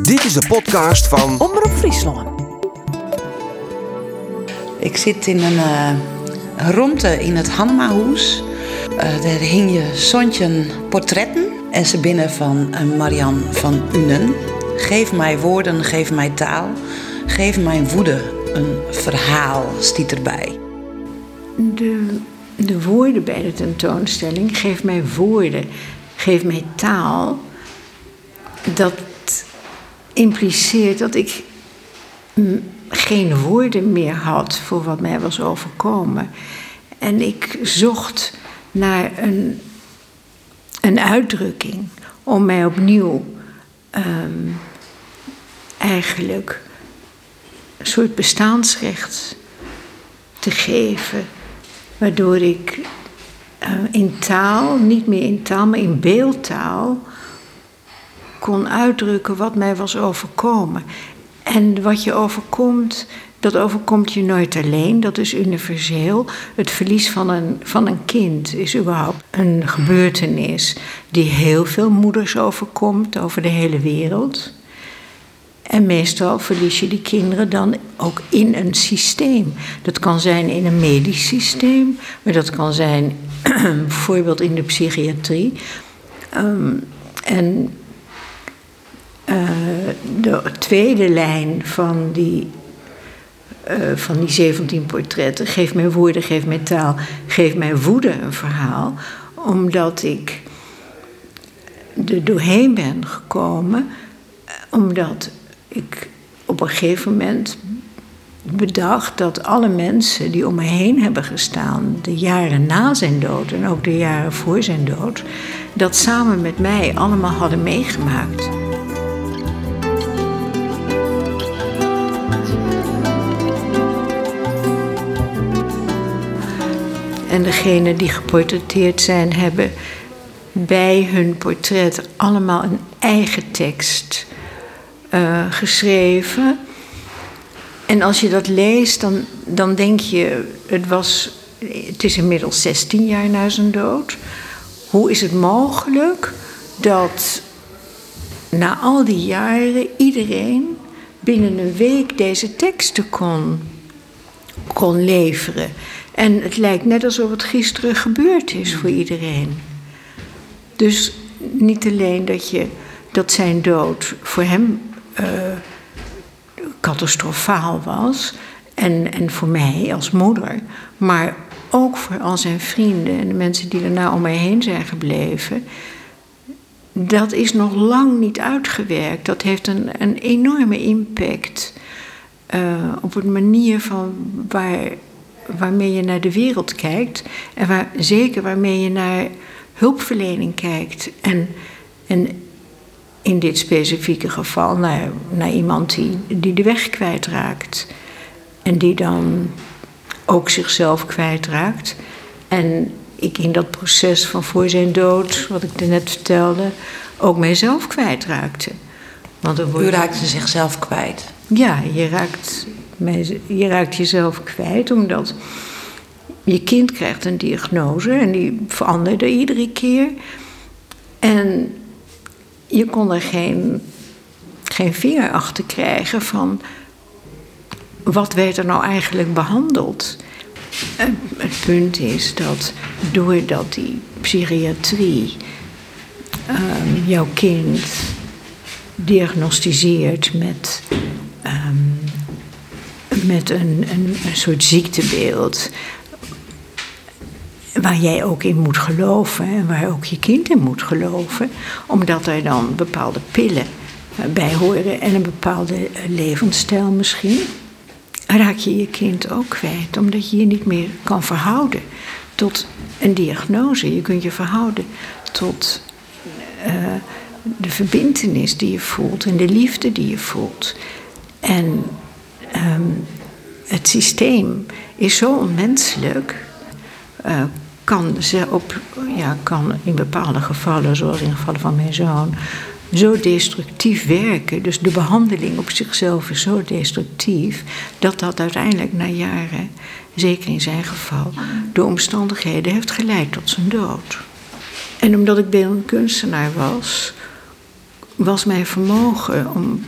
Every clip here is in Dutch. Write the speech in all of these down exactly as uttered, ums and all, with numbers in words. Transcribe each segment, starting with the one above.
Dit is de podcast van Omroep Friesland. Ik zit in een uh, ronde in het Hannemahuis. Uh, daar hing je zontje portretten en ze binnen van uh, Marian van Unen. Geef mij woorden, geef mij taal, geef mijn woede een verhaal, stiet erbij. De, de woorden bij de tentoonstelling, geef mij woorden, geef mij taal, dat impliceert dat ik m, geen woorden meer had voor wat mij was overkomen. En ik zocht naar een, een uitdrukking om mij opnieuw um, eigenlijk een soort bestaansrecht te geven, waardoor ik uh, in taal, niet meer in taal, maar in beeldtaal kon uitdrukken wat mij was overkomen. En wat je overkomt, dat overkomt je nooit alleen, dat is universeel. Het verlies van een, van een kind is überhaupt een gebeurtenis die heel veel moeders overkomt over de hele wereld. En meestal verlies je die kinderen dan ook in een systeem. Dat kan zijn in een medisch systeem, maar dat kan zijn bijvoorbeeld in de psychiatrie. Um, en uh, de tweede lijn van die, uh, van die zeventien portretten, geef mij woorden, geef mij taal, geef mij woede een verhaal, omdat ik er doorheen ben gekomen, omdat ik op een gegeven moment bedacht dat alle mensen die om me heen hebben gestaan, de jaren na zijn dood en ook de jaren voor zijn dood, dat samen met mij allemaal hadden meegemaakt. En degenen die geportretteerd zijn, hebben bij hun portret allemaal een eigen tekst Uh, geschreven. En als je dat leest, dan, dan denk je, het was, het is inmiddels zestien jaar na zijn dood. Hoe is het mogelijk dat na al die jaren iedereen binnen een week deze teksten kon, kon leveren? En het lijkt net alsof het gisteren gebeurd is voor iedereen. Dus niet alleen dat, je, dat zijn dood voor hem Uh, catastrofaal was. En, en voor mij als moeder. Maar ook voor al zijn vrienden en de mensen die daarna om mij heen zijn gebleven. Dat is nog lang niet uitgewerkt. Dat heeft een, een enorme impact uh, op een manier van waar, waarmee je naar de wereld kijkt. En waar, zeker waarmee je naar hulpverlening kijkt. En, en in dit specifieke geval naar, naar iemand die, die de weg kwijtraakt. En die dan ook zichzelf kwijtraakt. En ik in dat proces van voor zijn dood, wat ik net vertelde, ook mijzelf kwijtraakte. Want dan word... U raakte zichzelf kwijt? Ja, je raakt, je raakt jezelf kwijt omdat je kind krijgt een diagnose en die veranderde iedere keer. En je kon er geen, geen vinger achter krijgen van wat werd er nou eigenlijk behandeld. En het punt is dat doordat die psychiatrie um, jouw kind diagnosticeert met, um, met een, een, een soort ziektebeeld, waar jij ook in moet geloven en waar ook je kind in moet geloven. Omdat er dan bepaalde pillen bij horen en een bepaalde levensstijl misschien. Raak je je kind ook kwijt, omdat je je niet meer kan verhouden tot een diagnose. Je kunt je verhouden tot uh, de verbintenis die je voelt en de liefde die je voelt. En um, het systeem is zo onmenselijk. Uh, kan, ze op, ja, kan in bepaalde gevallen, zoals in gevallen van mijn zoon, zo destructief werken. Dus de behandeling op zichzelf is zo destructief, dat dat uiteindelijk na jaren, zeker in zijn geval, de omstandigheden heeft geleid tot zijn dood. En omdat ik beeldend kunstenaar was, was mijn vermogen om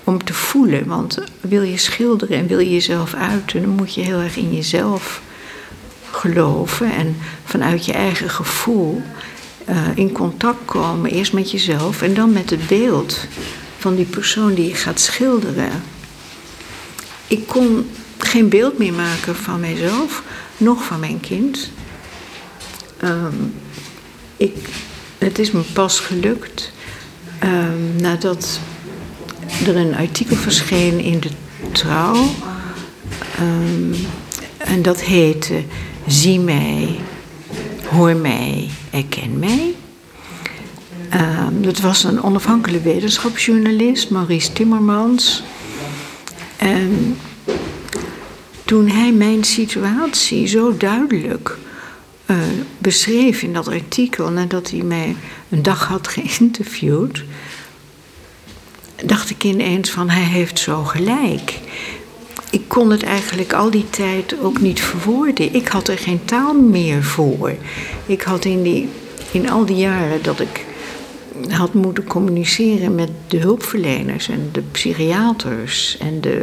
om te voelen. Want wil je schilderen en wil je jezelf uiten, dan moet je heel erg in jezelf geloven. En vanuit je eigen gevoel uh, in contact komen. Eerst met jezelf en dan met het beeld van die persoon die je gaat schilderen. Ik kon geen beeld meer maken van mijzelf, nog van mijn kind. Um, ik, het is me pas gelukt um, nadat er een artikel verscheen in de Trouw. Um, en dat heette Zie mij, hoor mij, erken mij. Um, dat was een onafhankelijke wetenschapsjournalist, Maurice Timmermans. En toen hij mijn situatie zo duidelijk uh, beschreef in dat artikel, nadat hij mij een dag had geïnterviewd, dacht ik ineens van, hij heeft zo gelijk. Ik kon het eigenlijk al die tijd ook niet verwoorden. Ik had er geen taal meer voor. Ik had in, die, in al die jaren dat ik had moeten communiceren met de hulpverleners en de psychiaters en de,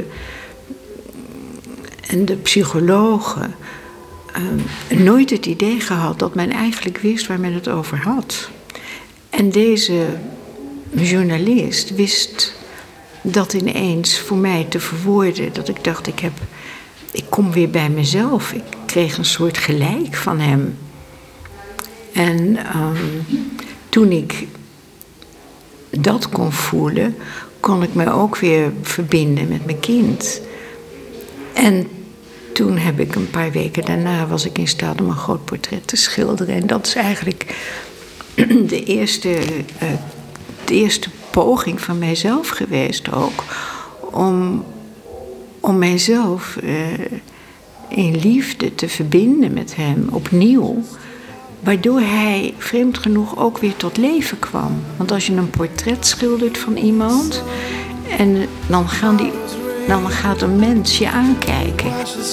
en de psychologen, uh, nooit het idee gehad dat men eigenlijk wist waar men het over had. En deze journalist wist dat ineens voor mij te verwoorden, dat ik dacht, ik, heb, ik kom weer bij mezelf. Ik kreeg een soort gelijk van hem. En um, toen ik dat kon voelen, kon ik me ook weer verbinden met mijn kind. En toen heb ik een paar weken daarna was ik in staat om een groot portret te schilderen. En dat is eigenlijk de eerste, uh, de eerste poging van mijzelf geweest ook. Om, om mijzelf uh, in liefde te verbinden met hem opnieuw. Waardoor hij, vreemd genoeg, ook weer tot leven kwam. Want als je een portret schildert van iemand en dan, gaan die, dan gaat een mens je aankijken.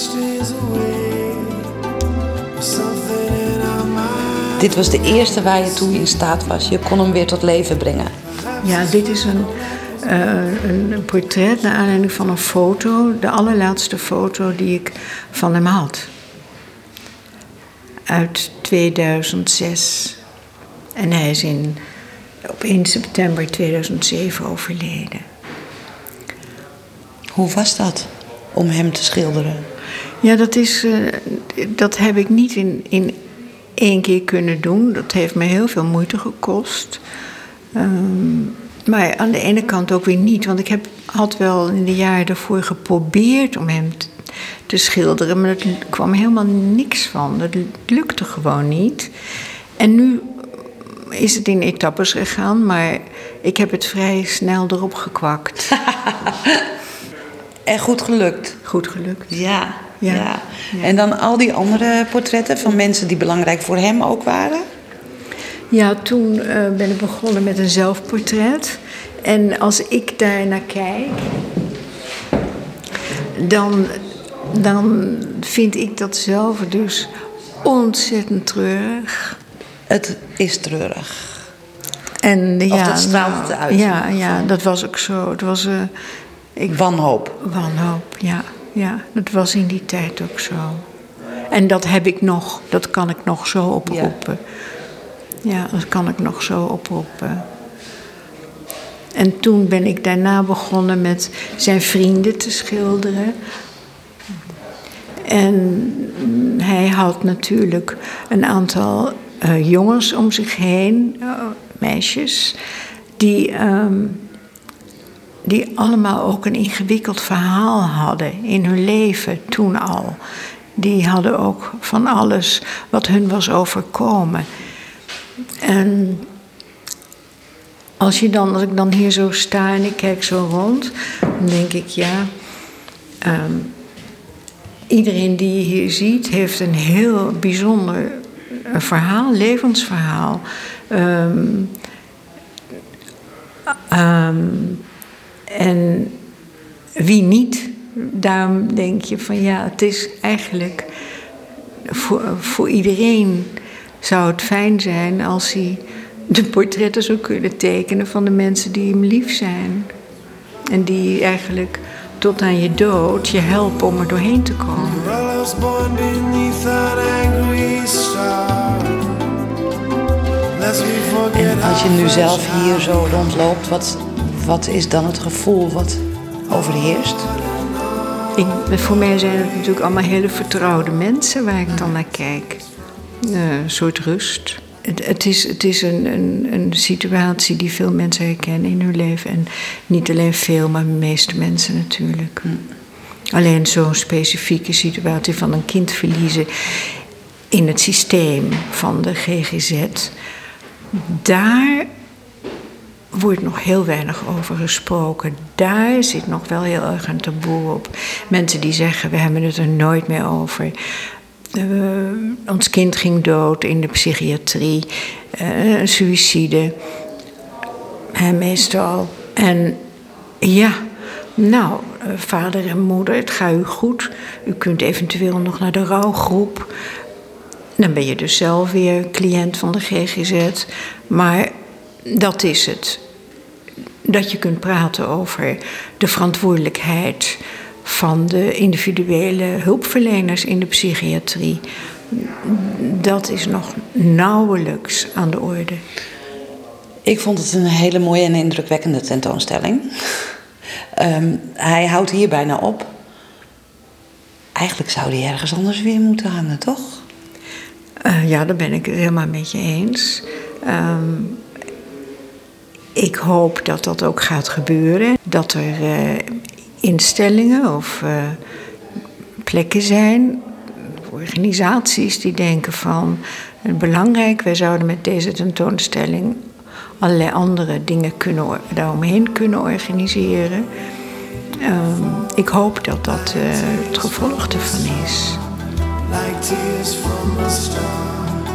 Dit was de eerste waar je toe in staat was. Je kon hem weer tot leven brengen. Ja, dit is een, uh, een portret naar aanleiding van een foto. De allerlaatste foto die ik van hem had. Uit tweeduizend zes. En hij is in, op één september tweeduizend zeven overleden. Hoe was dat om hem te schilderen? Ja, dat, is, uh, dat heb ik niet in, in één keer kunnen doen. Dat heeft me heel veel moeite gekost. Um, maar aan de ene kant ook weer niet. Want ik heb, had wel in de jaren daarvoor geprobeerd om hem te, te schilderen. Maar er kwam helemaal niks van. Dat lukte gewoon niet. En nu is het in etappes gegaan. Maar ik heb het vrij snel erop gekwakt. En goed gelukt. Goed gelukt. Ja, ja. ja. ja. En dan al die andere portretten van mensen die belangrijk voor hem ook waren? Ja, toen uh, ben ik begonnen met een zelfportret. En als ik daar naar kijk, dan, dan vind ik dat zelf dus ontzettend treurig. Het is treurig. En, ja, of dat straalt het uit? Ja, ja, dat was ook zo. Het was, uh, ik, wanhoop. Wanhoop, ja, ja. Dat was in die tijd ook zo. En dat heb ik nog. Dat kan ik nog zo oproepen. Ja. Ja, dat kan ik nog zo oproepen. En toen ben ik daarna begonnen met zijn vrienden te schilderen. En hij had natuurlijk een aantal uh, jongens om zich heen, uh, meisjes, die, um, die allemaal ook een ingewikkeld verhaal hadden in hun leven toen al. Die hadden ook van alles wat hun was overkomen. En als, je dan, als ik dan hier zo sta en ik kijk zo rond, dan denk ik, ja, um, iedereen die je hier ziet heeft een heel bijzonder verhaal, levensverhaal. Um, um, en wie niet, daarom denk je van ja, het is eigenlijk voor, voor iedereen zou het fijn zijn als hij de portretten zou kunnen tekenen van de mensen die hem lief zijn. En die eigenlijk tot aan je dood je helpen om er doorheen te komen. En als je nu zelf hier zo rondloopt, wat, wat is dan het gevoel wat overheerst? Ik, voor mij zijn het natuurlijk allemaal hele vertrouwde mensen waar ik dan naar kijk. Uh, een soort rust. Het, het is, het is een, een, een situatie die veel mensen herkennen in hun leven. En niet alleen veel, maar de meeste mensen natuurlijk. Hm. Alleen zo'n specifieke situatie van een kind verliezen in het systeem van de G G Z. Daar wordt nog heel weinig over gesproken. Daar zit nog wel heel erg een taboe op. Mensen die zeggen, we hebben het er nooit meer over. Uh, ons kind ging dood in de psychiatrie. Uh, een suïcide. Hè, meestal. En ja, nou, uh, vader en moeder, het gaat u goed. U kunt eventueel nog naar de rouwgroep. Dan ben je dus zelf weer cliënt van de G G Z. Maar dat is het. Dat je kunt praten over de verantwoordelijkheid van de individuele hulpverleners in de psychiatrie. Dat is nog nauwelijks aan de orde. Ik vond het een hele mooie en indrukwekkende tentoonstelling. um, hij houdt hier bijna op. Eigenlijk zou hij ergens anders weer moeten hangen, toch? Uh, ja, daar ben ik het helemaal met je eens. Um, ik hoop dat dat ook gaat gebeuren. Dat er uh, instellingen of uh, plekken zijn, organisaties die denken van belangrijk, wij zouden met deze tentoonstelling allerlei andere dingen kunnen, daaromheen kunnen organiseren. Um, ik hoop dat dat uh, het gevolg ervan is. Like tears from a star.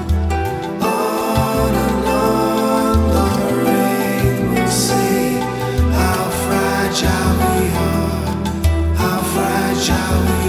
On and on the rain will say how fragile we are, how fragile we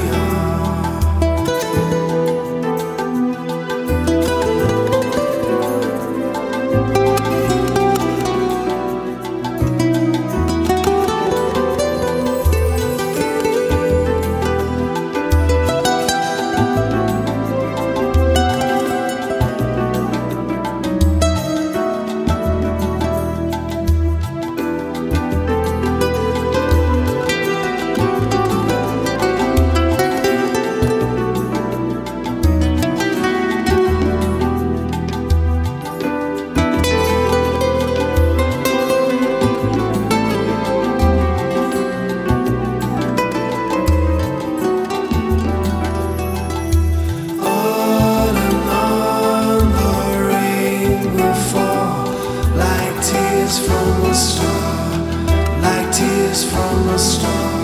from a star, like tears from a star.